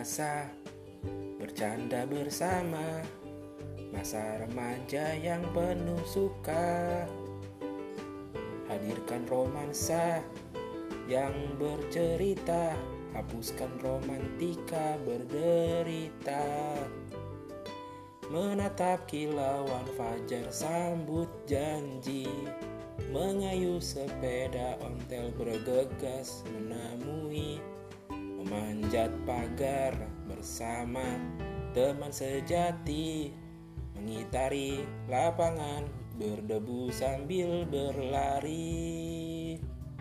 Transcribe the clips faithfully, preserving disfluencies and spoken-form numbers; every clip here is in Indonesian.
masa bercanda bersama, masa remaja yang penuh suka. Hadirkan romansa yang bercerita, hapuskan romantika berderita. Menatap kilauan fajar sambut janji, mengayuh sepeda ontel bergegas menemui, memanjat pagar bersama teman sejati, mengitari lapangan berdebu sambil berlari.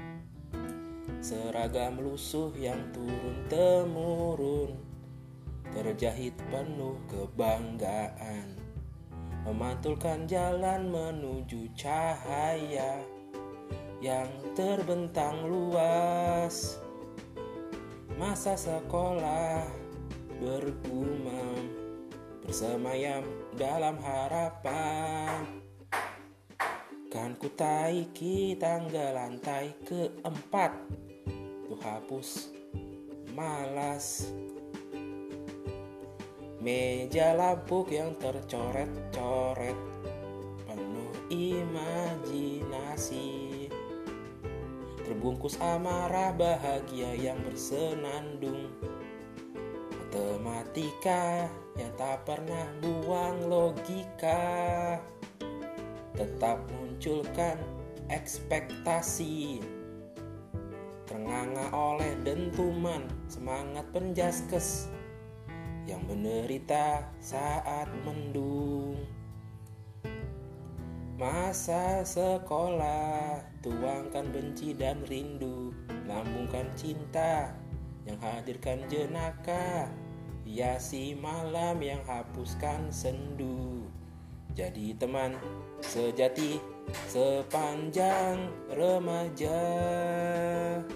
Seragam lusuh yang turun-temurun, terjahit penuh kebanggaan, memantulkan jalan menuju cahaya yang terbentang luas. Masa sekolah bergumam, bersemayam dalam harapan. Kan ku taiki tangga lantai keempat, ku hapus malas. Meja lapuk yang tercoret-coret, penuh imajinasi, terbungkus amarah bahagia yang bersenandung. Matematika yang tak pernah buang logika, tetap munculkan ekspektasi, ternganga oleh dentuman semangat penjaskes yang menderita saat mendung. Masa sekolah, tuangkan benci dan rindu, lambungkan cinta yang hadirkan jenaka, hiasi malam yang hapuskan sendu. Jadi teman sejati sepanjang remaja.